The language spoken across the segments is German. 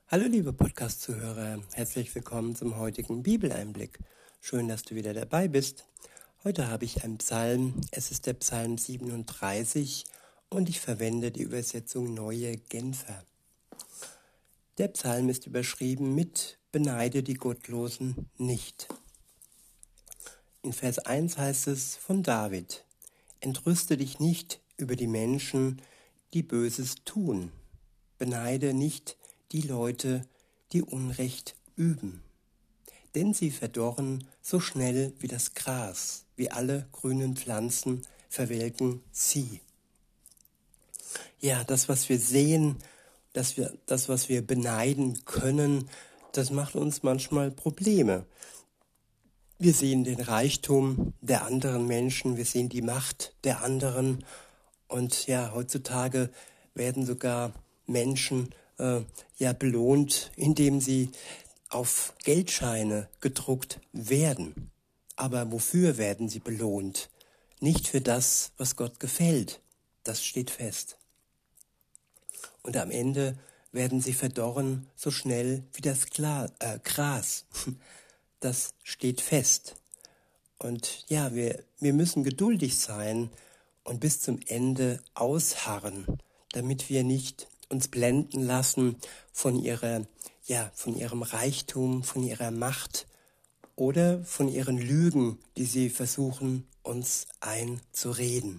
Hallo liebe Podcast-Zuhörer, herzlich willkommen zum heutigen Bibeleinblick. Schön, dass du wieder dabei bist. Heute habe ich einen Psalm, es ist der Psalm 37 und ich verwende die Übersetzung Neue Genfer. Der Psalm ist überschrieben mit Beneide die Gottlosen nicht. In Vers 1 heißt es von David: Entrüste dich nicht über die Menschen, die Böses tun. Beneide nicht die Leute, die Unrecht üben. Denn sie verdorren so schnell wie das Gras, wie alle grünen Pflanzen verwelken sie. Ja, das, was wir sehen, das, was wir beneiden können, das macht uns manchmal Probleme. Wir sehen den Reichtum der anderen Menschen, wir sehen die Macht der anderen. Und ja, heutzutage werden sogar Menschen belohnt, indem sie auf Geldscheine gedruckt werden. Aber wofür werden sie belohnt? Nicht für das, was Gott gefällt. Das steht fest. Und am Ende werden sie verdorren, so schnell wie das Gras. Das steht fest. Und ja, wir müssen geduldig sein und bis zum Ende ausharren, damit wir nicht uns blenden lassen von ihrem Reichtum, von ihrer Macht oder von ihren Lügen, die sie versuchen, uns einzureden.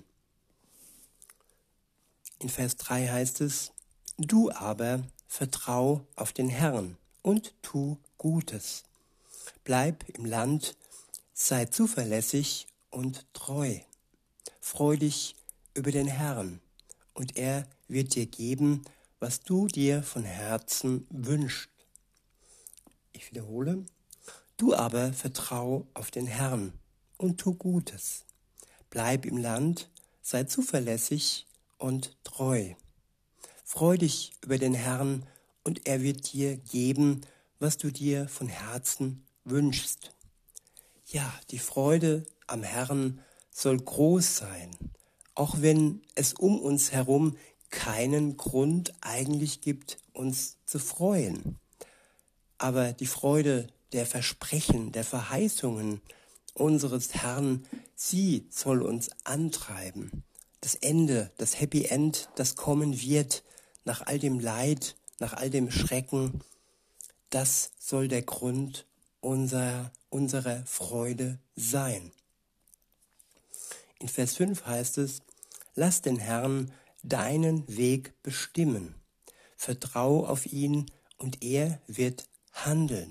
In Vers 3 heißt es: Du aber vertrau auf den Herrn und tu Gutes. Bleib im Land, sei zuverlässig und treu. Freu dich über den Herrn, und er wird dir geben, was du dir von Herzen wünschst. Ich wiederhole: Du aber vertrau auf den Herrn und tu Gutes. Bleib im Land, sei zuverlässig und treu. Freu dich über den Herrn, und er wird dir geben, was du dir von Herzen wünschst. Ja, die Freude am Herrn soll groß sein, auch wenn es um uns herum keinen Grund eigentlich gibt, uns zu freuen. Aber die Freude der Versprechen, der Verheißungen unseres Herrn, sie soll uns antreiben. Das Ende, das Happy End, das kommen wird, nach all dem Leid, nach all dem Schrecken, das soll der Grund unserer Freude sein. In Vers 5 heißt es: Lass den Herrn deinen Weg bestimmen. Vertrau auf ihn, und er wird handeln.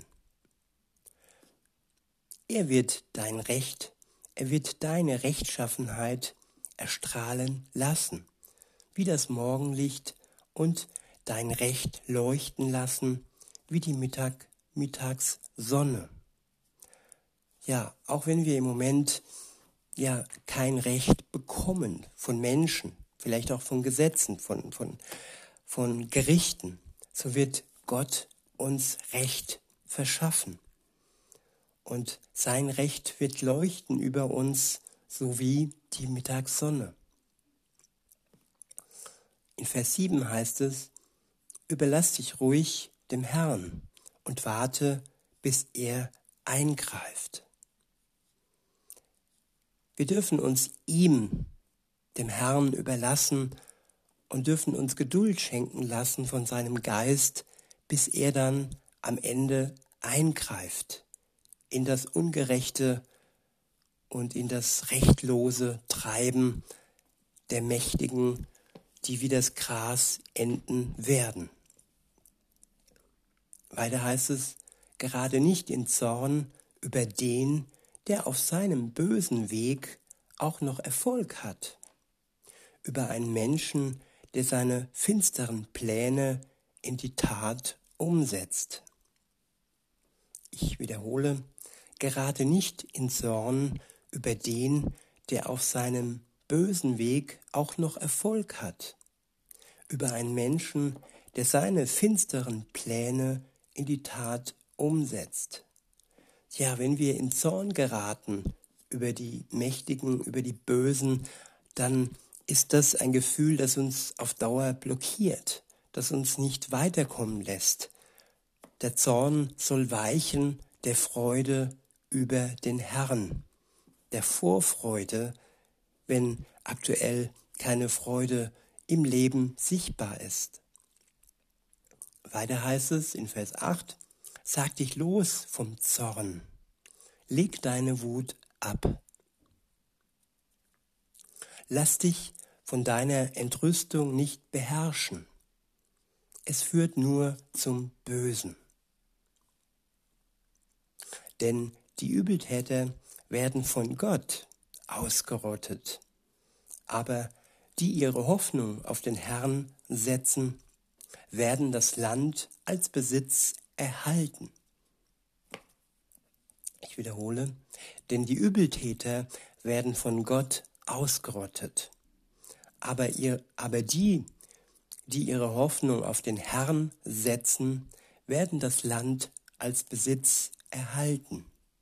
Er wird dein Recht, er wird deine Rechtschaffenheit erstrahlen lassen, wie das Morgenlicht, und dein Recht leuchten lassen, wie die Mittagssonne. Ja, auch wenn wir im Moment kein Recht bekommen von Menschen, vielleicht auch von Gesetzen, von Gerichten, so wird Gott uns Recht verschaffen. Und sein Recht wird leuchten über uns, so wie die Mittagssonne. In Vers 7 heißt es: Überlass dich ruhig dem Herrn und warte, bis er eingreift. Wir dürfen uns ihm, dem Herrn, überlassen und dürfen uns Geduld schenken lassen von seinem Geist, bis er dann am Ende eingreift in das ungerechte und in das rechtlose Treiben der Mächtigen, die wie das Gras enden werden. Weiter heißt es: Gerade nicht in Zorn über den, der auf seinem bösen Weg auch noch Erfolg hat, über einen Menschen, der seine finsteren Pläne in die Tat umsetzt. Ich wiederhole: Gerade nicht in Zorn über den, der auf seinem bösen Weg auch noch Erfolg hat, über einen Menschen, der seine finsteren Pläne in die Tat umsetzt. Ja, wenn wir in Zorn geraten über die Mächtigen, über die Bösen, dann ist das ein Gefühl, das uns auf Dauer blockiert, das uns nicht weiterkommen lässt. der Zorn soll weichen der Freude über den Herrn, der Vorfreude, wenn aktuell keine Freude im Leben sichtbar ist. Weiter heißt es in Vers 8, sag dich los vom Zorn, leg deine Wut ab. Lass dich von deiner Entrüstung nicht beherrschen. Es führt nur zum Bösen. Denn die Übeltäter werden von Gott ausgerottet. Aber die ihre Hoffnung auf den Herrn setzen, werden das Land als Besitz erhalten. Ich wiederhole, denn die Übeltäter werden von Gott ausgerottet. Aber die ihre Hoffnung auf den Herrn setzen, werden das Land als Besitz erhalten.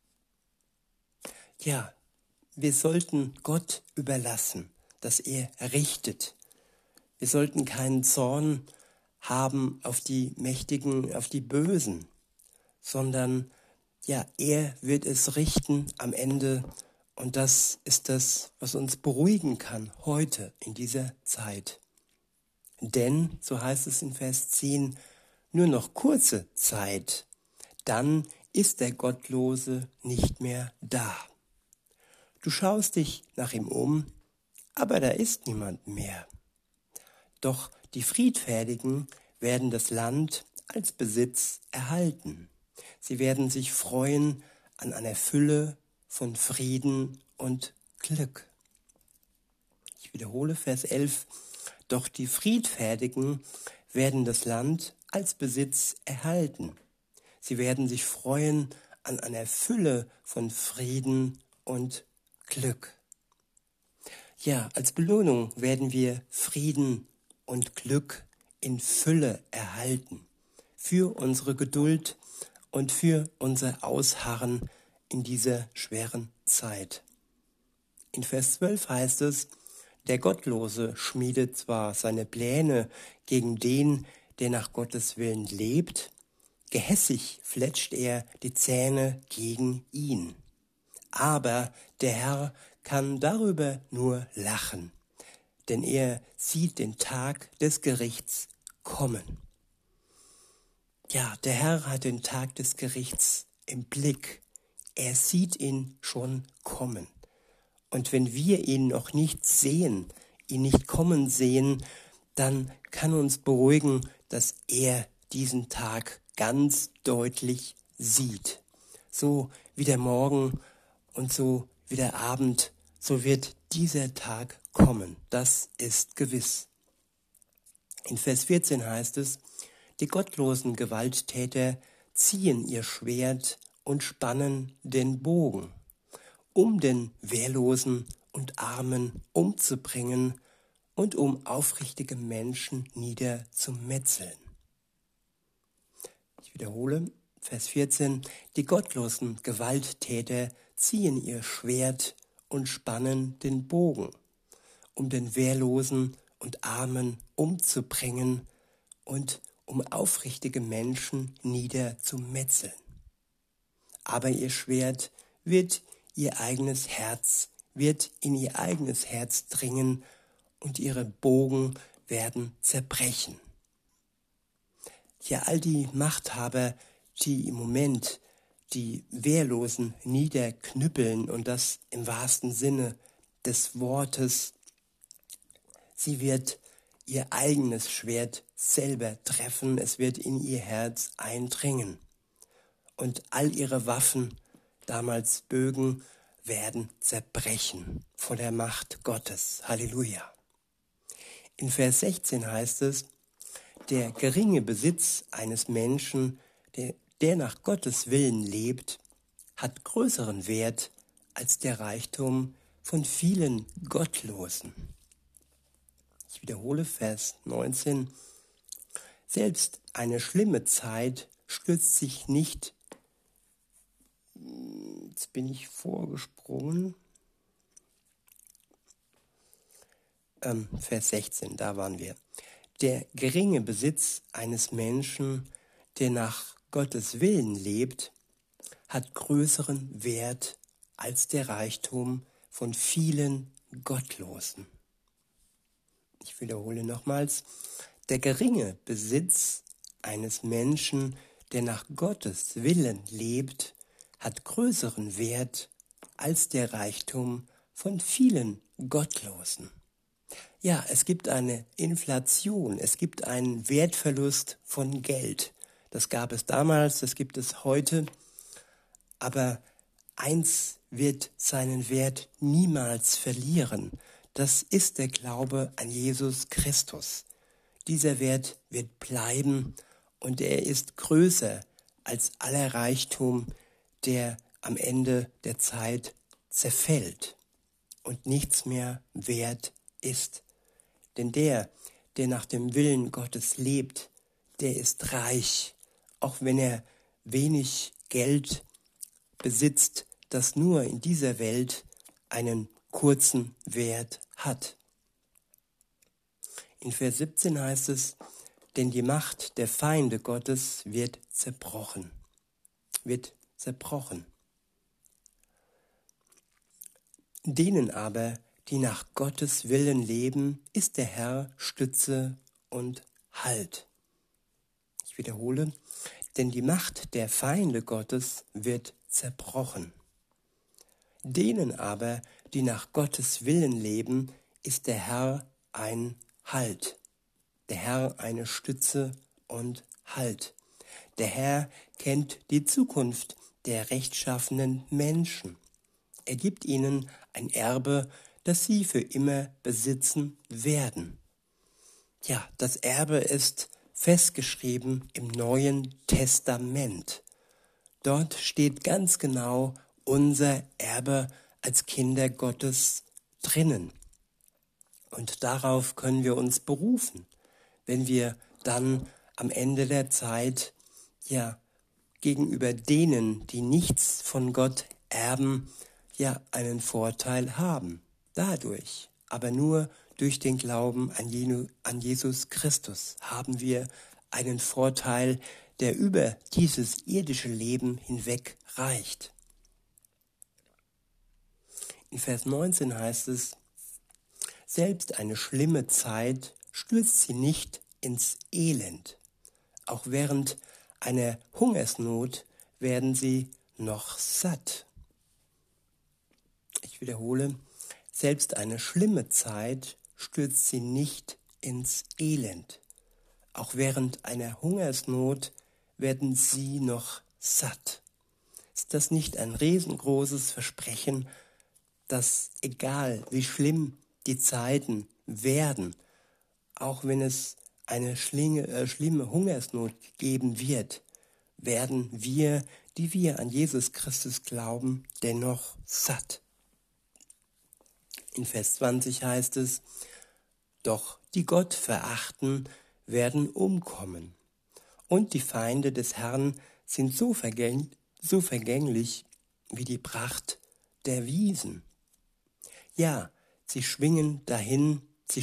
Ja, wir sollten Gott überlassen, dass er richtet. Wir sollten keinen Zorn haben auf die Mächtigen, auf die Bösen, sondern ja, er wird es richten am Ende. Und das ist das, was uns beruhigen kann heute in dieser Zeit. Denn, so heißt es in Vers 10, nur noch kurze Zeit, dann ist der Gottlose nicht mehr da. Du schaust dich nach ihm um, aber da ist niemand mehr. Doch die Friedfertigen werden das Land als Besitz erhalten. Sie werden sich freuen an einer Fülle von Frieden und Glück. Ich wiederhole Vers 11. Doch die Friedfertigen werden das Land als Besitz erhalten. Sie werden sich freuen an einer Fülle von Frieden und Glück. Ja, als Belohnung werden wir Frieden und Glück in Fülle erhalten. Für unsere Geduld und für unser Ausharren in dieser schweren Zeit. In Vers 12 heißt es, der Gottlose schmiedet zwar seine Pläne gegen den, der nach Gottes Willen lebt, gehässig fletscht er die Zähne gegen ihn. Aber der Herr kann darüber nur lachen, denn er sieht den Tag des Gerichts kommen. Ja, der Herr hat den Tag des Gerichts im Blick. Er sieht ihn schon kommen. Und wenn wir ihn noch nicht sehen, ihn nicht kommen sehen, dann kann uns beruhigen, dass er diesen Tag ganz deutlich sieht. So wie der Morgen und so wie der Abend, so wird dieser Tag kommen. Das ist gewiss. In Vers 14 heißt es, die gottlosen Gewalttäter ziehen ihr Schwert und spannen den Bogen, um den Wehrlosen und Armen umzubringen und um aufrichtige Menschen niederzumetzeln. Ich wiederhole, Vers 14, die gottlosen Gewalttäter ziehen ihr Schwert und spannen den Bogen, um den Wehrlosen und Armen umzubringen und um aufrichtige Menschen niederzumetzeln. Aber ihr Schwert wird in ihr eigenes Herz dringen und ihre Bogen werden zerbrechen. Ja, all die Machthaber, die im Moment die Wehrlosen niederknüppeln und das im wahrsten Sinne des Wortes, sie wird ihr eigenes Schwert selber treffen, es wird in ihr Herz eindringen. Und all ihre Waffen, damals Bögen, werden zerbrechen von der Macht Gottes. Halleluja. In Vers 16 heißt es, der geringe Besitz eines Menschen, der nach Gottes Willen lebt, hat größeren Wert als der Reichtum von vielen Gottlosen. Ich wiederhole Vers 19. Selbst eine schlimme Zeit stürzt sich nicht. Jetzt bin ich vorgesprungen. Vers 16, da waren wir. Der geringe Besitz eines Menschen, der nach Gottes Willen lebt, hat größeren Wert als der Reichtum von vielen Gottlosen. Ich wiederhole nochmals, der geringe Besitz eines Menschen, der nach Gottes Willen lebt, hat größeren Wert als der Reichtum von vielen Gottlosen. Ja, es gibt eine Inflation, es gibt einen Wertverlust von Geld. Das gab es damals, das gibt es heute, aber eins wird seinen Wert niemals verlieren. Das ist der Glaube an Jesus Christus. Dieser Wert wird bleiben und er ist größer als aller Reichtum, der am Ende der Zeit zerfällt und nichts mehr wert ist. Denn der nach dem Willen Gottes lebt, der ist reich, auch wenn er wenig Geld besitzt, das nur in dieser Welt einen kurzen Wert hat. In Vers 17 heißt es, denn die Macht der Feinde Gottes wird zerbrochen. Denen aber, die nach Gottes Willen leben, ist der Herr Stütze und Halt. Ich wiederhole, denn die Macht der Feinde Gottes wird zerbrochen. Denen aber, die nach Gottes Willen leben, ist der Herr ein Halt. Der Herr eine Stütze und Halt. Der Herr kennt die Zukunft der rechtschaffenen Menschen. Er gibt ihnen ein Erbe, das sie für immer besitzen werden. Ja, das Erbe ist festgeschrieben im Neuen Testament. Dort steht ganz genau unser Erbe als Kinder Gottes drinnen. Und darauf können wir uns berufen, wenn wir dann am Ende der Zeit gegenüber denen, die nichts von Gott erben, einen Vorteil haben. Dadurch, aber nur durch den Glauben an Jesus Christus haben wir einen Vorteil, der über dieses irdische Leben hinweg reicht. In Vers 19 heißt es, selbst eine schlimme Zeit stürzt sie nicht ins Elend. Auch während einer Hungersnot werden sie noch satt. Ich wiederhole, selbst eine schlimme Zeit stürzt sie nicht ins Elend. Auch während einer Hungersnot werden sie noch satt. Ist das nicht ein riesengroßes Versprechen, dass egal wie schlimm die Zeiten werden, auch wenn es eine schlimme Hungersnot geben wird, werden wir, die wir an Jesus Christus glauben, dennoch satt. In Vers 20 heißt es, doch die Gott verachten, werden umkommen. Und die Feinde des Herrn sind so vergänglich wie die Pracht der Wiesen. Ja, sie schwinden dahin,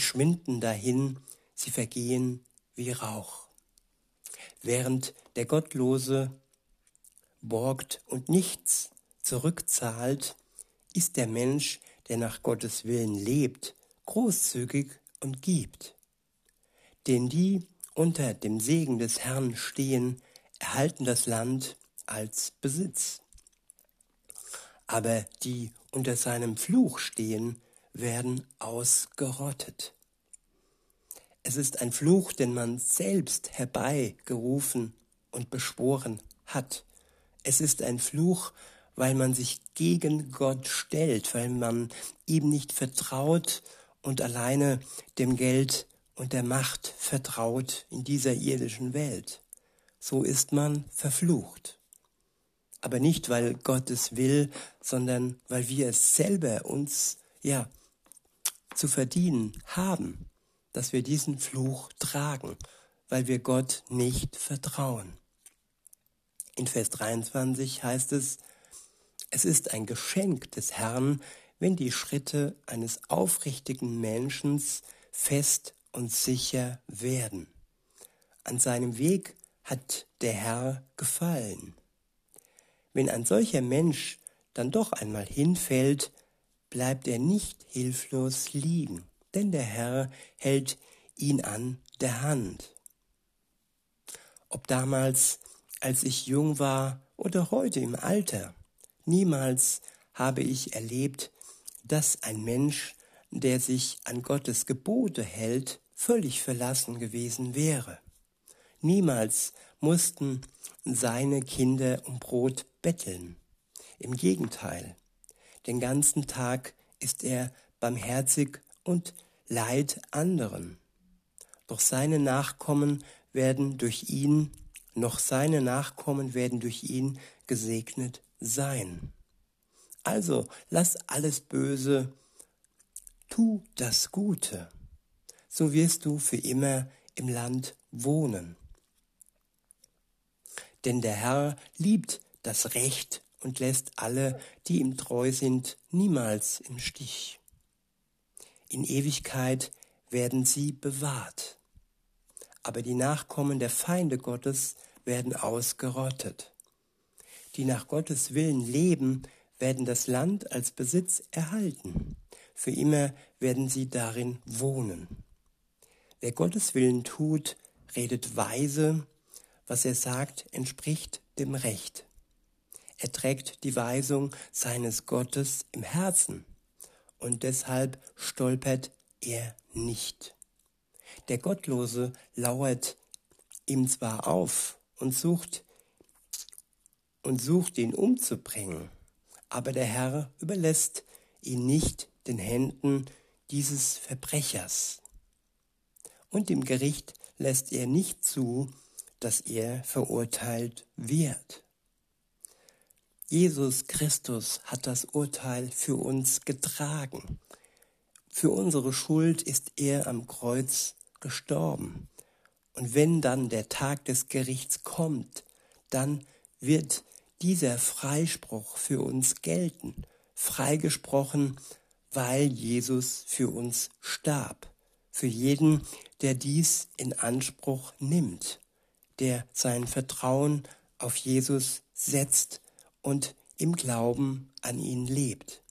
sie vergehen wie Rauch. Während der Gottlose borgt und nichts zurückzahlt, ist der Mensch, der nach Gottes Willen lebt, großzügig und gibt. Denn die unter dem Segen des Herrn stehen, erhalten das Land als Besitz. Aber die unter seinem Fluch stehen, werden ausgerottet. Es ist ein Fluch, den man selbst herbeigerufen und beschworen hat. Es ist ein Fluch, weil man sich gegen Gott stellt, weil man ihm nicht vertraut und alleine dem Geld und der Macht vertraut in dieser irdischen Welt. So ist man verflucht. Aber nicht, weil Gott es will, sondern weil wir es selber uns zu verdienen haben, dass wir diesen Fluch tragen, weil wir Gott nicht vertrauen. In Vers 23 heißt es, es ist ein Geschenk des Herrn, wenn die Schritte eines aufrichtigen Menschen fest und sicher werden. An seinem Weg hat der Herr gefallen. Wenn ein solcher Mensch dann doch einmal hinfällt, bleibt er nicht hilflos liegen, denn der Herr hält ihn an der Hand. Ob damals, als ich jung war oder heute im Alter, niemals habe ich erlebt, dass ein Mensch, der sich an Gottes Gebote hält, völlig verlassen gewesen wäre. Niemals mussten seine Kinder um Brot betteln. Im Gegenteil, den ganzen Tag ist er barmherzig und leiht anderen. Doch seine Nachkommen werden durch ihn gesegnet sein. Also lass alles Böse, tu das Gute, so wirst du für immer im Land wohnen. Denn der Herr liebt das Recht und lässt alle, die ihm treu sind, niemals im Stich. In Ewigkeit werden sie bewahrt. Aber die Nachkommen der Feinde Gottes werden ausgerottet. Die nach Gottes Willen leben, werden das Land als Besitz erhalten. Für immer werden sie darin wohnen. Wer Gottes Willen tut, redet weise, was er sagt, entspricht dem Recht. Er trägt die Weisung seines Gottes im Herzen und deshalb stolpert er nicht. Der Gottlose lauert ihm zwar auf und sucht ihn umzubringen, aber der Herr überlässt ihn nicht den Händen dieses Verbrechers. Und im Gericht lässt er nicht zu, dass er verurteilt wird. Jesus Christus hat das Urteil für uns getragen. Für unsere Schuld ist er am Kreuz gestorben. Und wenn dann der Tag des Gerichts kommt, dann wird dieser Freispruch für uns gelten. Freigesprochen, weil Jesus für uns starb. Für jeden, der dies in Anspruch nimmt, der sein Vertrauen auf Jesus setzt und im Glauben an ihn lebt.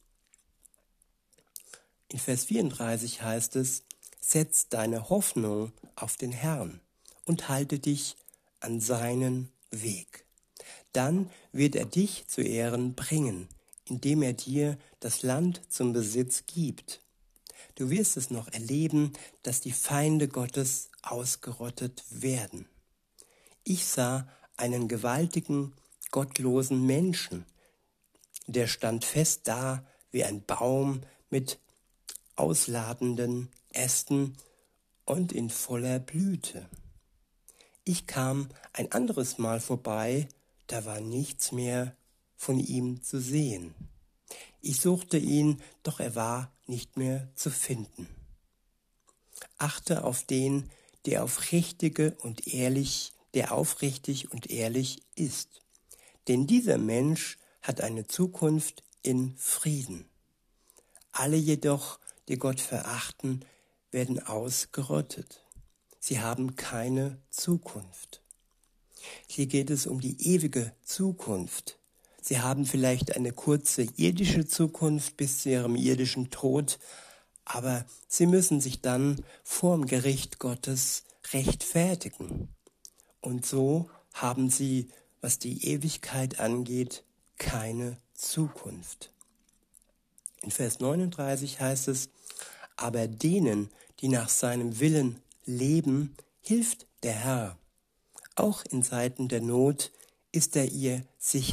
In Vers 34 heißt es, setz deine Hoffnung auf den Herrn und halte dich an seinen Weg. Dann wird er dich zu Ehren bringen, indem er dir das Land zum Besitz gibt. Du wirst es noch erleben, dass die Feinde Gottes ausgerottet werden. Ich sah einen gewaltigen, gottlosen Menschen, der stand fest da wie ein Baum mit ausladenden Ästen und in voller Blüte. Ich kam ein anderes Mal vorbei, da war nichts mehr von ihm zu sehen. Ich suchte ihn, doch er war nicht mehr zu finden. Achte auf den, der aufrichtig und ehrlich ist. Denn dieser Mensch hat eine Zukunft in Frieden. Alle jedoch, die Gott verachten, werden ausgerottet. Sie haben keine Zukunft. Hier geht es um die ewige Zukunft. Sie haben vielleicht eine kurze irdische Zukunft bis zu ihrem irdischen Tod, aber sie müssen sich dann vorm Gericht Gottes rechtfertigen. Und so haben sie, was die Ewigkeit angeht, keine Zukunft. In Vers 39 heißt es, aber denen, die nach seinem Willen leben, hilft der Herr. Auch in Zeiten der Not ist er ihre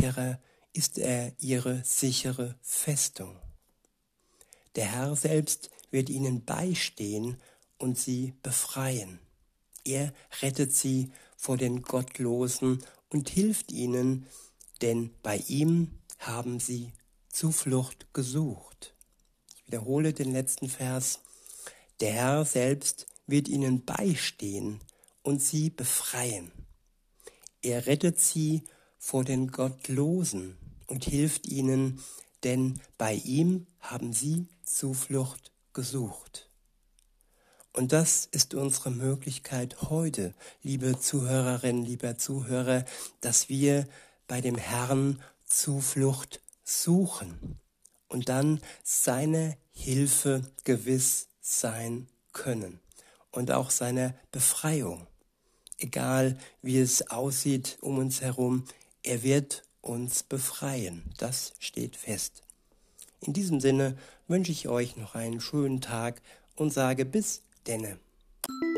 sichere Festung. Der Herr selbst wird ihnen beistehen und sie befreien. Er rettet sie vor den Gottlosen und hilft ihnen, denn bei ihm haben sie Zuflucht gesucht. Ich wiederhole den letzten Vers. Der Herr selbst wird ihnen beistehen und sie befreien. Er rettet sie vor den Gottlosen und hilft ihnen, denn bei ihm haben sie Zuflucht gesucht. Und das ist unsere Möglichkeit heute, liebe Zuhörerinnen, lieber Zuhörer, dass wir bei dem Herrn Zuflucht suchen und dann seine Hilfe gewiss sein können und auch seine Befreiung. Egal wie es aussieht um uns herum, er wird uns befreien. Das steht fest. In diesem Sinne wünsche ich euch noch einen schönen Tag und sage bis denne.